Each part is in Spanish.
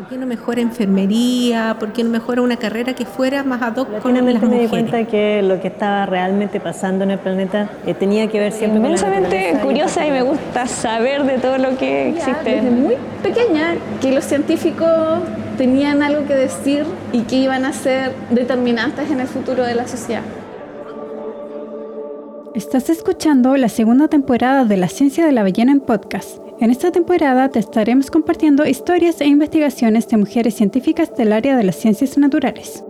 ¿Por qué no mejora enfermería? ¿Por qué no mejora una carrera que fuera más ad hoc con las Me di mujeres? cuenta que lo que estaba realmente pasando en el planeta tenía que ver siempre con la Inmensamente naturaleza curiosa y me gusta saber de todo lo que existe. Desde muy pequeña que los científicos tenían algo que decir y que iban a ser determinantes en el futuro de la sociedad. Estás escuchando la segunda temporada de La Ciencia de la Ballena en podcast. En esta temporada te estaremos compartiendo historias e investigaciones de mujeres científicas del área de las ciencias naturales.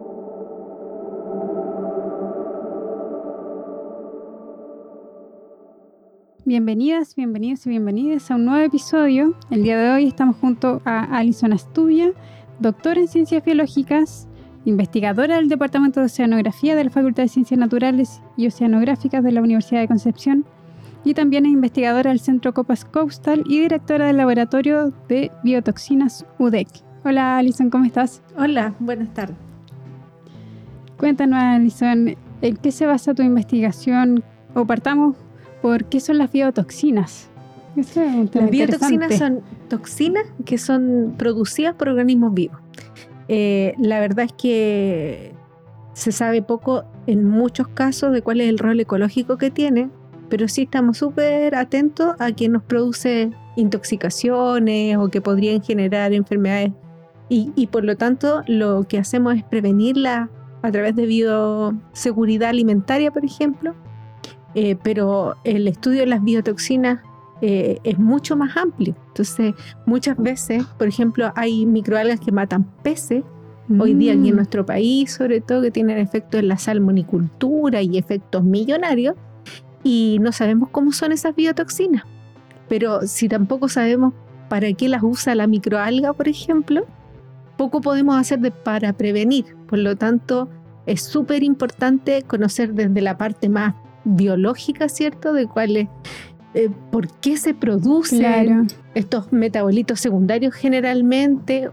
Bienvenidas, bienvenidos y bienvenidas a un nuevo episodio. El día de hoy estamos junto a Alison Astubia, doctora en Ciencias Biológicas, investigadora del Departamento de Oceanografía de la Facultad de Ciencias Naturales y Oceanográficas de la Universidad de Concepción, y también es investigadora del Centro Copas Coastal y directora del Laboratorio de Biotoxinas UDEC. Hola Alison, ¿cómo estás? Hola, buenas tardes. Cuéntanos, Alison, ¿en qué se basa tu investigación? O partamos por qué son las biotoxinas. Las biotoxinas son toxinas que son producidas por organismos vivos. La verdad es que se sabe poco en muchos casos de cuál es el rol ecológico que tiene, pero sí estamos súper atentos a que nos produce intoxicaciones o que podrían generar enfermedades y por lo tanto lo que hacemos es prevenirla a través de bioseguridad alimentaria, por ejemplo, pero el estudio de las biotoxinas es mucho más amplio. Entonces muchas veces, por ejemplo, hay microalgas que matan peces hoy día aquí en nuestro país, sobre todo, que tienen efectos en la salmonicultura y efectos millonarios, y no sabemos cómo son esas biotoxinas. Pero si tampoco sabemos para qué las usa la microalga, por ejemplo, poco podemos hacer para prevenir. Por lo tanto, es súper importante conocer desde la parte más biológica, ¿cierto?, de cuáles por qué se producen estos metabolitos secundarios. Generalmente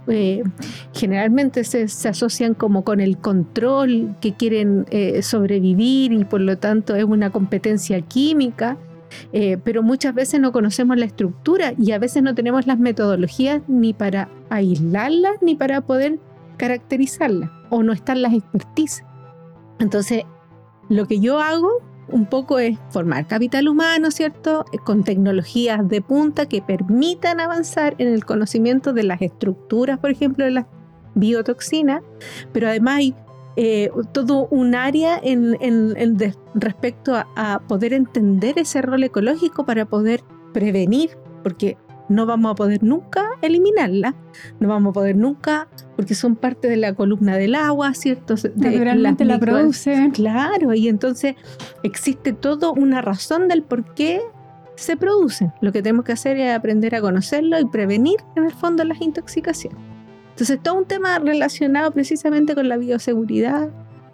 se asocian como con el control, que quieren sobrevivir y por lo tanto es una competencia química, pero muchas veces no conocemos la estructura y a veces no tenemos las metodologías ni para aislarlas ni para poder caracterizarlas, o no están las expertise. Entonces, lo que yo hago un poco es formar capital humano, ¿cierto?, con tecnologías de punta que permitan avanzar en el conocimiento de las estructuras, por ejemplo, de las biotoxinas, pero además hay todo un área respecto a poder entender ese rol ecológico para poder prevenir, porque no vamos a poder nunca eliminarla, no vamos a poder nunca, porque son parte de la columna del agua, ¿cierto? Naturalmente la producen. Claro, y entonces existe toda una razón del por qué se producen. Lo que tenemos que hacer es aprender a conocerlo y prevenir, en el fondo, las intoxicaciones. Entonces, todo un tema relacionado precisamente con la bioseguridad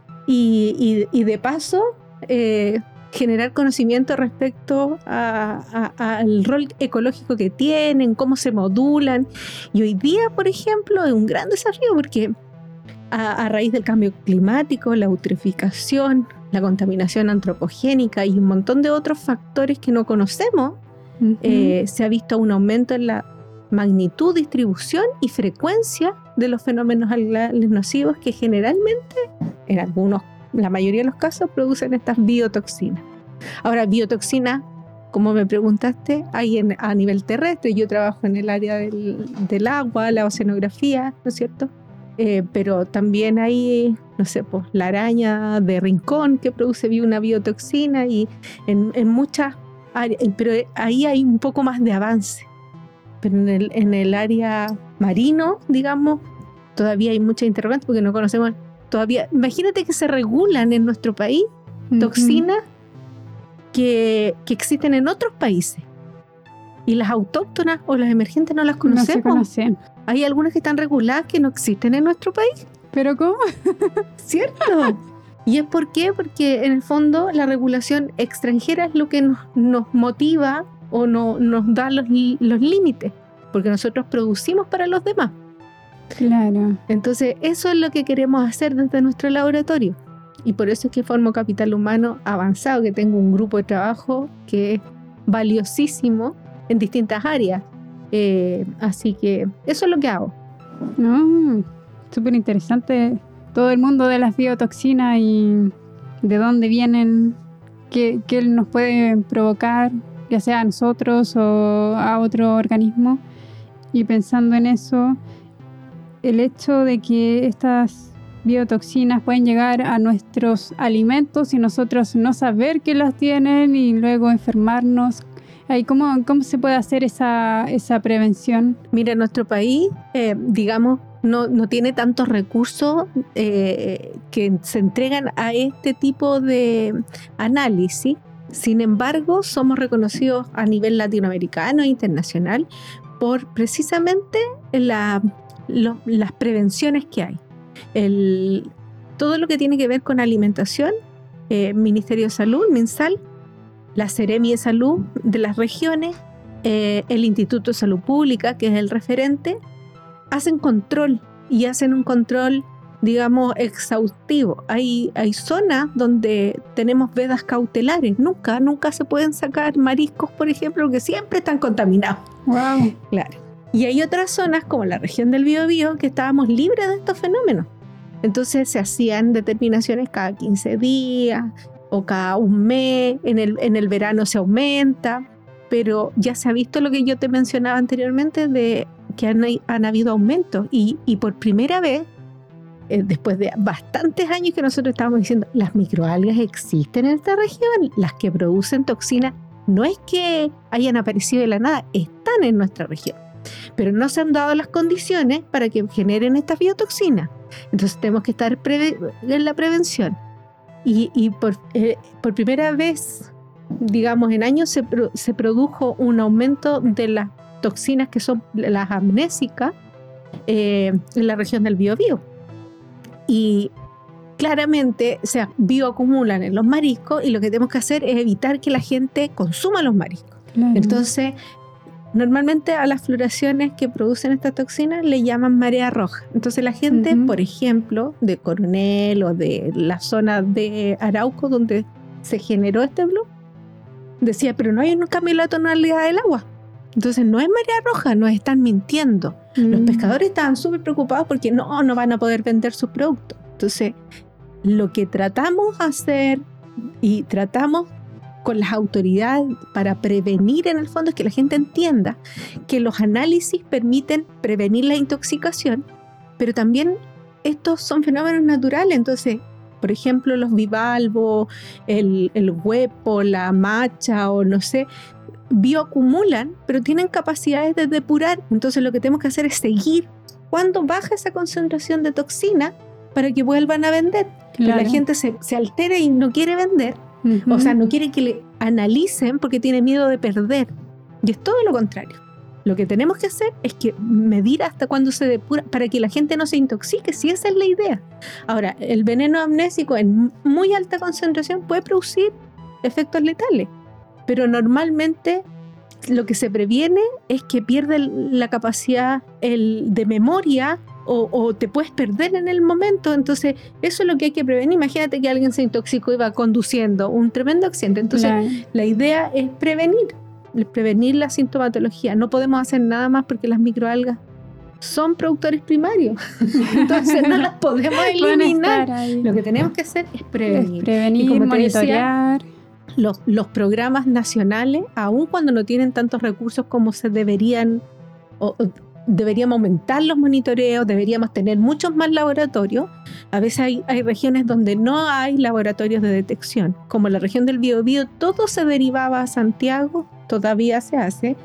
y de paso, generar conocimiento respecto al rol ecológico que tienen, cómo se modulan. Y hoy día, por ejemplo, es un gran desafío porque a raíz del cambio climático, la eutrofización, la contaminación antropogénica y un montón de otros factores que no conocemos, se ha visto un aumento en la magnitud, distribución y frecuencia de los fenómenos algales nocivos que generalmente, la mayoría de los casos, producen estas biotoxinas. Ahora, biotoxinas, como me preguntaste, hay a nivel terrestre. Yo trabajo en el área del agua, la oceanografía, ¿no es cierto? Pero también hay, no sé, pues, la araña de rincón que produce una biotoxina, y en muchas áreas, pero ahí hay un poco más de avance. Pero en el área marino, digamos, todavía hay muchas interrogantes porque no conocemos todavía. Imagínate que se regulan en nuestro país toxinas que existen en otros países y las autóctonas o las emergentes no las conocemos. No se conocen. Hay algunas que están reguladas que no existen en nuestro país. ¿Pero cómo? ¿Cierto? ¿Y es por qué? Porque en el fondo la regulación extranjera es lo que nos motiva o nos da los límites, porque nosotros producimos para los demás. Claro. Entonces eso es lo que queremos hacer desde nuestro laboratorio, y por eso es que formo Capital Humano Avanzado, que tengo un grupo de trabajo que es valiosísimo en distintas áreas. Así que eso es lo que hago. Súper interesante todo el mundo de las biotoxinas y de dónde vienen, qué nos puede provocar, ya sea a nosotros o a otro organismo. Y pensando en eso, el hecho de que estas biotoxinas pueden llegar a nuestros alimentos y nosotros no saber que las tienen y luego enfermarnos. ¿Cómo se puede hacer esa prevención? Mira, en nuestro país, digamos, no tiene tantos recursos que se entregan a este tipo de análisis. Sin embargo, somos reconocidos a nivel latinoamericano e internacional por precisamente las prevenciones que hay. Todo lo que tiene que ver con alimentación, Ministerio de Salud, MinSal, la Seremi de Salud de las regiones, el Instituto de Salud Pública, que es el referente, hacen control y hacen un control, digamos, exhaustivo. Hay zonas donde tenemos vedas cautelares. Nunca se pueden sacar mariscos, por ejemplo, que siempre están contaminados. Wow. Claro. Y hay otras zonas, como la región del Biobío, que estábamos libres de estos fenómenos. Entonces se hacían determinaciones cada 15 días o cada un mes. En el verano se aumenta, pero ya se ha visto lo que yo te mencionaba anteriormente, de que han habido aumentos. Y por primera vez, después de bastantes años que nosotros estábamos diciendo, las microalgas existen en esta región, las que producen toxinas, no es que hayan aparecido de la nada, están en nuestra región. Pero no se han dado las condiciones para que generen estas biotoxinas. Entonces tenemos que estar en la prevención. Y por primera vez, digamos, en años se produjo un aumento de las toxinas que son las amnésicas en la región del Biobío. Y claramente se bioacumulan en los mariscos y lo que tenemos que hacer es evitar que la gente consuma los mariscos. Claro. Entonces, normalmente a las floraciones que producen estas toxinas le llaman marea roja. Entonces la gente, por ejemplo, de Coronel o de la zona de Arauco donde se generó este blue, decía, pero no hay un cambio en la tonalidad del agua. Entonces no es marea roja, nos están mintiendo. Los pescadores estaban súper preocupados porque no van a poder vender sus productos. Entonces, lo que tratamos de hacer y tratamos con las autoridades para prevenir en el fondo es que la gente entienda que los análisis permiten prevenir la intoxicación, pero también estos son fenómenos naturales. Entonces, por ejemplo, los bivalvos, el huepo, la macha o no sé, bioacumulan, pero tienen capacidades de depurar. Entonces lo que tenemos que hacer es seguir cuando baja esa concentración de toxina para que vuelvan a vender. Claro. Pero la gente se altera y no quiere vender. O sea, no quiere que le analicen porque tiene miedo de perder. Y es todo lo contrario. Lo que tenemos que hacer es que medir hasta cuándo se depura para que la gente no se intoxique, si esa es la idea. Ahora, el veneno amnésico en muy alta concentración puede producir efectos letales, pero normalmente lo que se previene es que pierde la capacidad de memoria o te puedes perder en el momento. Entonces eso es lo que hay que prevenir. Imagínate que alguien se intoxicó y va conduciendo, un tremendo accidente. Entonces la idea es prevenir la sintomatología. No podemos hacer nada más porque las microalgas son productores primarios. Entonces no las podemos eliminar. Lo que tenemos que hacer es prevenir. Y como monitorear. Los programas nacionales, aun cuando no tienen tantos recursos como se deberían, deberíamos aumentar los monitoreos, deberíamos tener muchos más laboratorios. A veces hay regiones donde no hay laboratorios de detección, como la región del Biobío, todo se derivaba a Santiago, todavía se hace,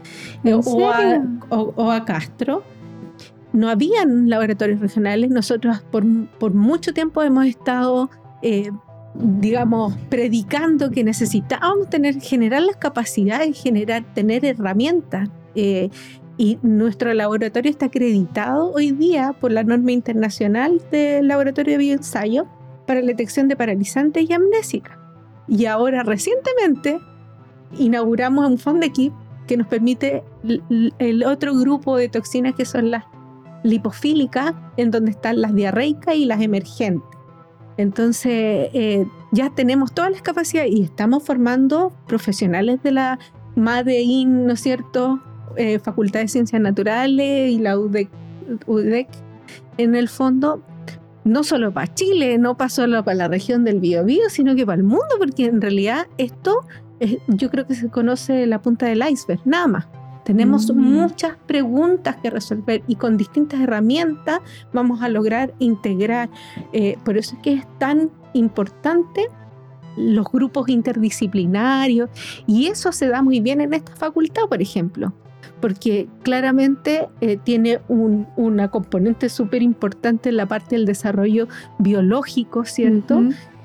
o a Castro. No habían laboratorios regionales. Nosotros por mucho tiempo hemos estado digamos, predicando que necesitábamos generar las capacidades, tener herramientas. Y nuestro laboratorio está acreditado hoy día por la norma internacional del laboratorio de bioensayo para la detección de paralizantes y amnésicas. Y ahora, recientemente, inauguramos un Fondequip que nos permite el otro grupo de toxinas que son las lipofílicas, en donde están las diarreicas y las emergentes. Entonces, ya tenemos todas las capacidades y estamos formando profesionales de la MADEIN, ¿no es cierto?, Facultad de Ciencias Naturales y la UDEC, en el fondo, no solo para Chile, no para solo para la región del Biobío, sino que para el mundo, porque en realidad esto, yo creo que se conoce la punta del iceberg, nada más. Tenemos muchas preguntas que resolver y con distintas herramientas vamos a lograr integrar. Por eso es que es tan importante los grupos interdisciplinarios, y eso se da muy bien en esta facultad, por ejemplo, porque claramente tiene una componente súper importante en la parte del desarrollo biológico, ¿cierto?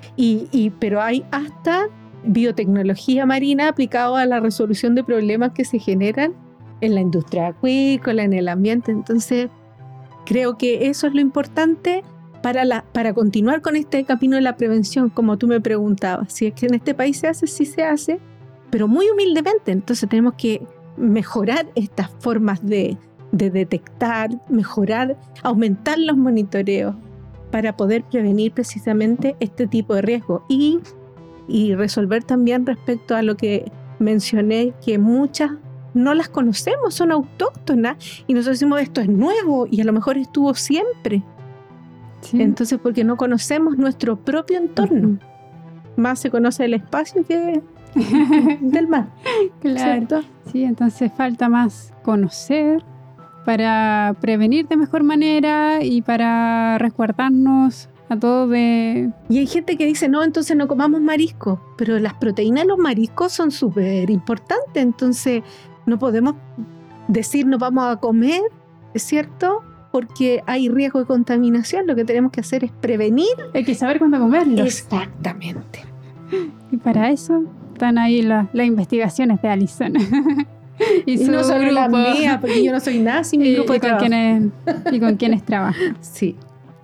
Pero hay hasta biotecnología marina aplicada a la resolución de problemas que se generan en la industria acuícola, en el ambiente. Entonces, creo que eso es lo importante para continuar con este camino de la prevención, como tú me preguntabas. Si es que en este país se hace, sí se hace, pero muy humildemente. Entonces tenemos que mejorar estas formas de detectar, mejorar, aumentar los monitoreos para poder prevenir precisamente este tipo de riesgo y resolver también respecto a lo que mencioné, que muchas no las conocemos, son autóctonas y nosotros decimos esto es nuevo y a lo mejor estuvo siempre. Sí. Entonces, porque no conocemos nuestro propio entorno. Más se conoce el espacio que del mar. Claro. ¿Cierto? Sí, entonces falta más conocer para prevenir de mejor manera y para resguardarnos a todos de... Y hay gente que dice, no, entonces no comamos marisco, pero las proteínas de los mariscos son súper importantes, entonces no podemos decir no vamos a comer, ¿es cierto? Porque hay riesgo de contaminación. Lo que tenemos que hacer es prevenir. Hay que saber cuándo comerlos. Exactamente. Y para eso están ahí las investigaciones de Alison. y no solo la mía, porque yo no soy nada sin mi grupo de trabajo. Y con quienes trabajan. Sí.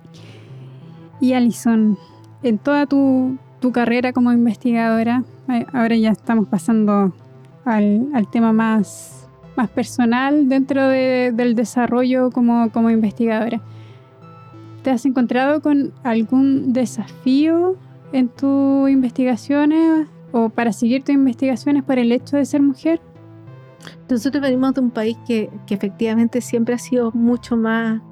Y Alison, en toda tu carrera como investigadora, ahora ya estamos pasando al tema más personal dentro del desarrollo como investigadora. ¿Te has encontrado con algún desafío en tus investigaciones o para seguir tus investigaciones por el hecho de ser mujer? Nosotros venimos de un país que efectivamente siempre ha sido mucho más,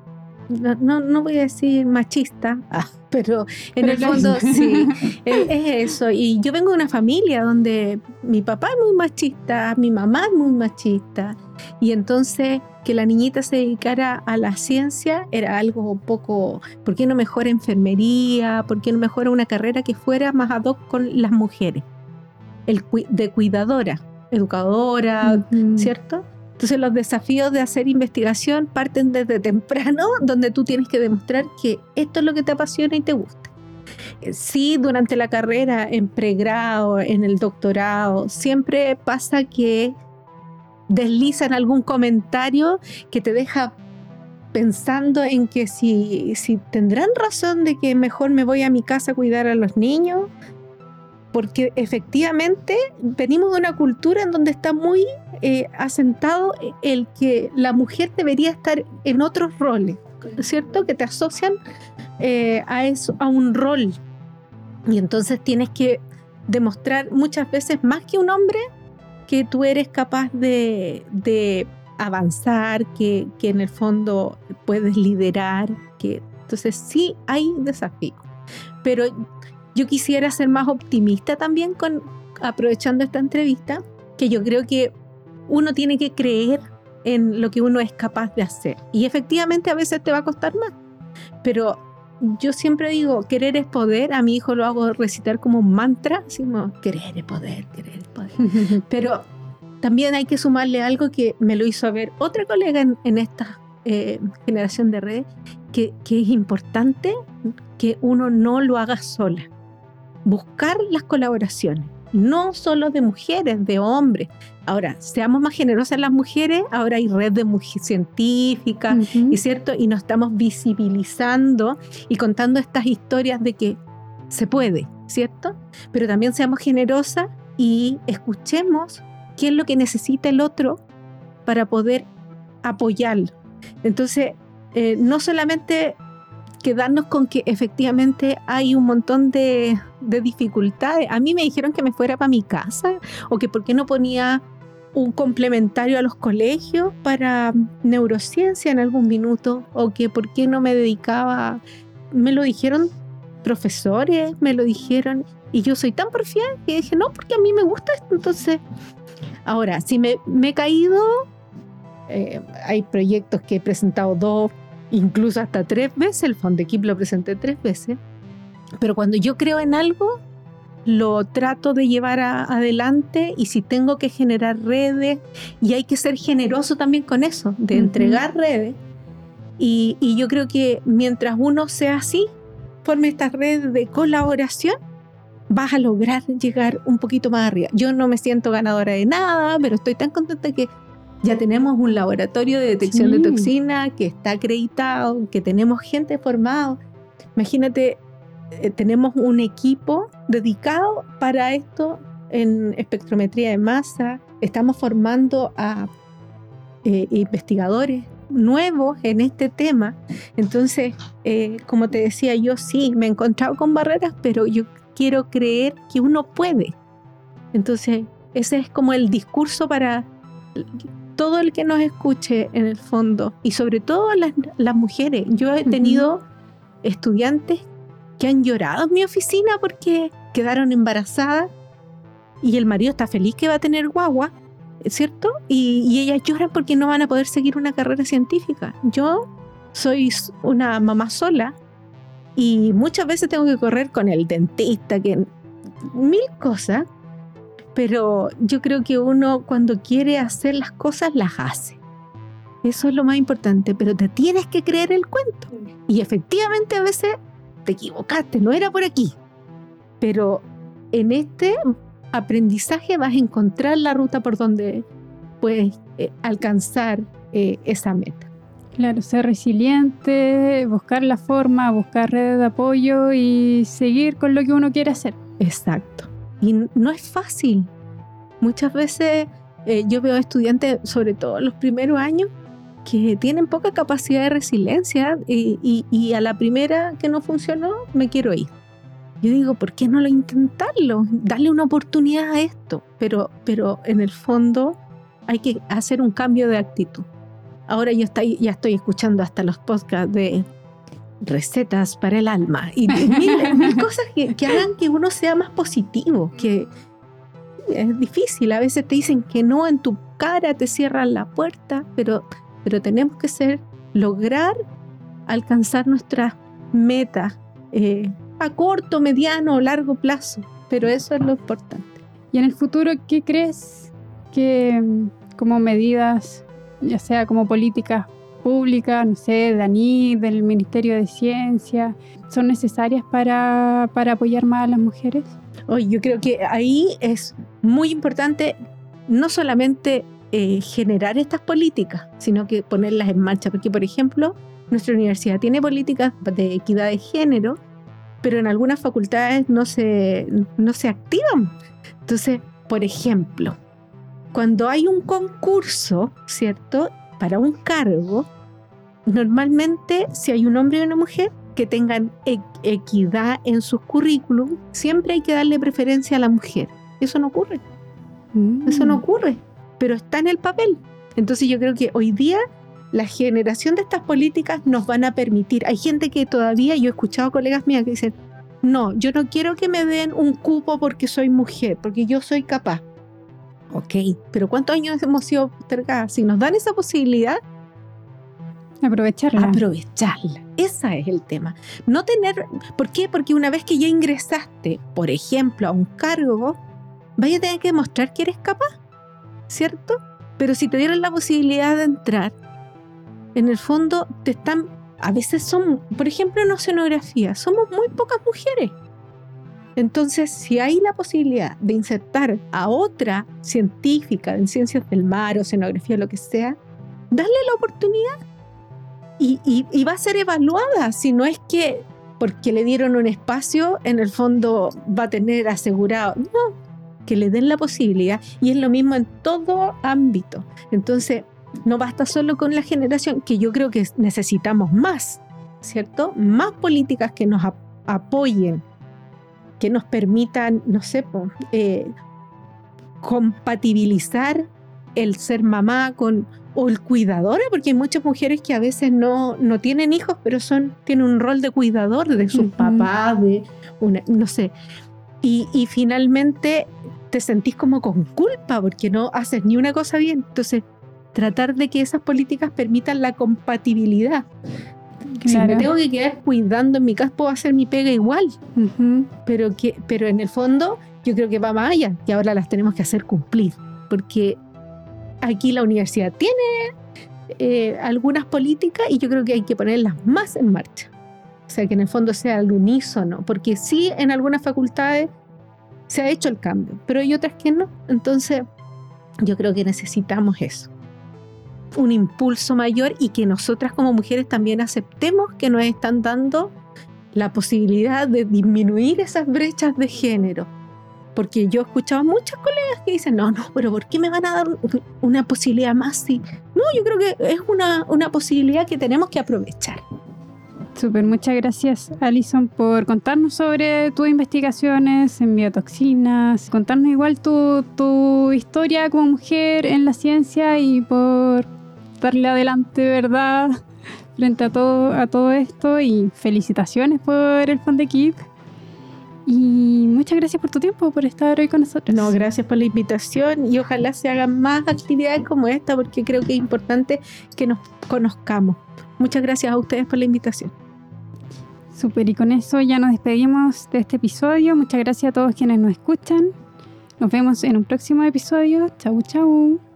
no voy a decir machista, pero en el fondo sí, es eso. Y yo vengo de una familia donde mi papá es muy machista, mi mamá es muy machista, y entonces que la niñita se dedicara a la ciencia era algo poco, ¿por qué no mejora enfermería? ¿Por qué no mejora una carrera que fuera más ad hoc con las mujeres? De cuidadora, educadora, ¿cierto? Entonces los desafíos de hacer investigación parten desde temprano, donde tú tienes que demostrar que esto es lo que te apasiona y te gusta. Sí, durante la carrera, en pregrado, en el doctorado, siempre pasa que deslizan algún comentario que te deja pensando en que si tendrán razón de que mejor me voy a mi casa a cuidar a los niños, porque efectivamente venimos de una cultura en donde está muy asentado el que la mujer debería estar en otros roles, ¿cierto? Que te asocian a un rol. Y entonces tienes que demostrar muchas veces más que un hombre que tú eres capaz de avanzar, que en el fondo puedes liderar. Entonces sí hay desafíos. Pero yo quisiera ser más optimista también aprovechando esta entrevista, que yo creo que uno tiene que creer en lo que uno es capaz de hacer. Y efectivamente a veces te va a costar más. Pero yo siempre digo, querer es poder. A mi hijo lo hago recitar como un mantra, así como, querer es poder, querer es poder. Pero también hay que sumarle algo que me lo hizo ver otra colega en esta generación de redes, que es importante que uno no lo haga sola. Buscar las colaboraciones, no solo de mujeres, de hombres. Ahora, seamos más generosas las mujeres, ahora hay red de mujeres científicas, ¿y cierto? Y nos estamos visibilizando y contando estas historias de que se puede, ¿cierto? Pero también seamos generosas y escuchemos qué es lo que necesita el otro para poder apoyarlo. Entonces, no solamente quedarnos con que efectivamente hay un montón de dificultades. A mí me dijeron que me fuera para mi casa o que por qué no ponía un complementario a los colegios para neurociencia en algún minuto, o que por qué no me dedicaba, me lo dijeron profesores, me lo dijeron, y yo soy tan porfiada que dije, no, porque a mí me gusta esto. Entonces, ahora, si me he caído, hay proyectos que he presentado 2, incluso hasta 3 veces, el Fondequip lo presenté 3 veces, pero cuando yo creo en algo, lo trato de llevar adelante, y si tengo que generar redes, y hay que ser generoso también con eso, de entregar redes, y yo creo que mientras uno sea así, forme estas redes de colaboración, vas a lograr llegar un poquito más arriba. Yo no me siento ganadora de nada, pero estoy tan contenta que ya tenemos un laboratorio de detección de toxina que está acreditado, que tenemos gente formada. Imagínate, tenemos un equipo dedicado para esto en espectrometría de masa. Estamos formando a investigadores nuevos en este tema. Entonces, como te decía, yo sí me he encontrado con barreras, pero yo quiero creer que uno puede. Entonces, ese es como el discurso para todo el que nos escuche en el fondo, y sobre todo las mujeres. Yo he tenido estudiantes que han llorado en mi oficina porque quedaron embarazadas y el marido está feliz que va a tener guagua, ¿cierto? Y ellas lloran porque no van a poder seguir una carrera científica. Yo soy una mamá sola y muchas veces tengo que correr con el dentista, que 1000 cosas, pero yo creo que uno cuando quiere hacer las cosas, las hace. Eso es lo más importante, pero te tienes que creer el cuento. Y efectivamente a veces te equivocaste, no era por aquí. Pero en este aprendizaje vas a encontrar la ruta por donde puedes alcanzar esa meta. Claro, ser resiliente, buscar la forma, buscar redes de apoyo y seguir con lo que uno quiere hacer. Exacto. Y no es fácil. Muchas veces yo veo estudiantes, sobre todo en los primeros años, que tienen poca capacidad de resiliencia y a la primera que no funcionó, me quiero ir. Yo digo, ¿por qué no lo intentarlo? Darle una oportunidad a esto. Pero en el fondo hay que hacer un cambio de actitud. Ahora ya estoy escuchando hasta los podcasts de recetas para el alma y mil cosas que hagan que uno sea más positivo, que es difícil. A veces te dicen que no en tu cara, te cierran la puerta, pero tenemos que lograr alcanzar nuestras metas a corto, mediano o largo plazo, pero eso es lo importante. Y en el futuro, ¿qué crees que como medidas, ya sea como políticas públicas, no sé, de ANID, del Ministerio de Ciencia, son necesarias para apoyar más a las mujeres? Yo creo que ahí es muy importante no solamente generar estas políticas, sino que ponerlas en marcha, porque por ejemplo nuestra universidad tiene políticas de equidad de género, pero en algunas facultades no se activan. Entonces, por ejemplo, cuando hay un concurso, ¿cierto?, para un cargo, normalmente si hay un hombre y una mujer que tengan equidad en sus currículum, siempre hay que darle preferencia a la mujer. Eso no ocurre. Eso no ocurre, pero está en el papel. Entonces yo creo que hoy día la generación de estas políticas nos van a permitir. Hay gente que todavía, yo he escuchado colegas mías que dicen, no, yo no quiero que me den un cupo porque soy mujer, porque yo soy capaz. Ok, pero ¿cuántos años hemos sido postergadas? Si nos dan esa posibilidad, aprovecharla. Ese es el tema. No tener, ¿por qué? Porque una vez que ya ingresaste, por ejemplo, a un cargo, vaya a tener que demostrar que eres capaz, ¿cierto? Pero si te dieron la posibilidad de entrar, en el fondo a veces son, por ejemplo, en oceanografía, somos muy pocas mujeres. Entonces, si hay la posibilidad de insertar a otra científica en ciencias del mar, oceanografía, lo que sea, darle la oportunidad y va a ser evaluada. Si no es que porque le dieron un espacio, en el fondo va a tener asegurado. No, que le den la posibilidad. Y es lo mismo en todo ámbito. Entonces, no basta solo con la generación, que yo creo que necesitamos más, ¿cierto? Más políticas que nos apoyen, que nos permitan, no sé, compatibilizar el ser mamá o el cuidadora, porque hay muchas mujeres que a veces no tienen hijos, pero tienen un rol de cuidador de sus papás, no sé. Y finalmente te sentís como con culpa porque no haces ni una cosa bien. Entonces, tratar de que esas políticas permitan la compatibilidad. Claro. Si me tengo que quedar cuidando en mi casa, puedo hacer mi pega igual. Pero en el fondo, yo creo que va más allá, y ahora las tenemos que hacer cumplir. Porque aquí la universidad tiene algunas políticas y yo creo que hay que ponerlas más en marcha. O sea, que en el fondo sea al unísono, porque sí, en algunas facultades se ha hecho el cambio, pero hay otras que no. Entonces, yo creo que necesitamos eso. Un impulso mayor y que nosotras como mujeres también aceptemos que nos están dando la posibilidad de disminuir esas brechas de género. Porque yo he escuchado a muchas colegas que dicen, no, pero ¿por qué me van a dar una posibilidad más? Sí. No, yo creo que es una posibilidad que tenemos que aprovechar. Súper, muchas gracias, Alison, por contarnos sobre tus investigaciones en biotoxinas, contarnos igual tu historia como mujer en la ciencia y por darle adelante, ¿verdad?, frente a todo esto, y felicitaciones por el FunDeKid. Y muchas gracias por tu tiempo, por estar hoy con nosotros. No, gracias por la invitación y ojalá se hagan más actividades como esta porque creo que es importante que nos conozcamos. Muchas gracias a ustedes por la invitación. Súper, y con eso ya nos despedimos de este episodio. Muchas gracias a todos quienes nos escuchan. Nos vemos en un próximo episodio. Chau, chau.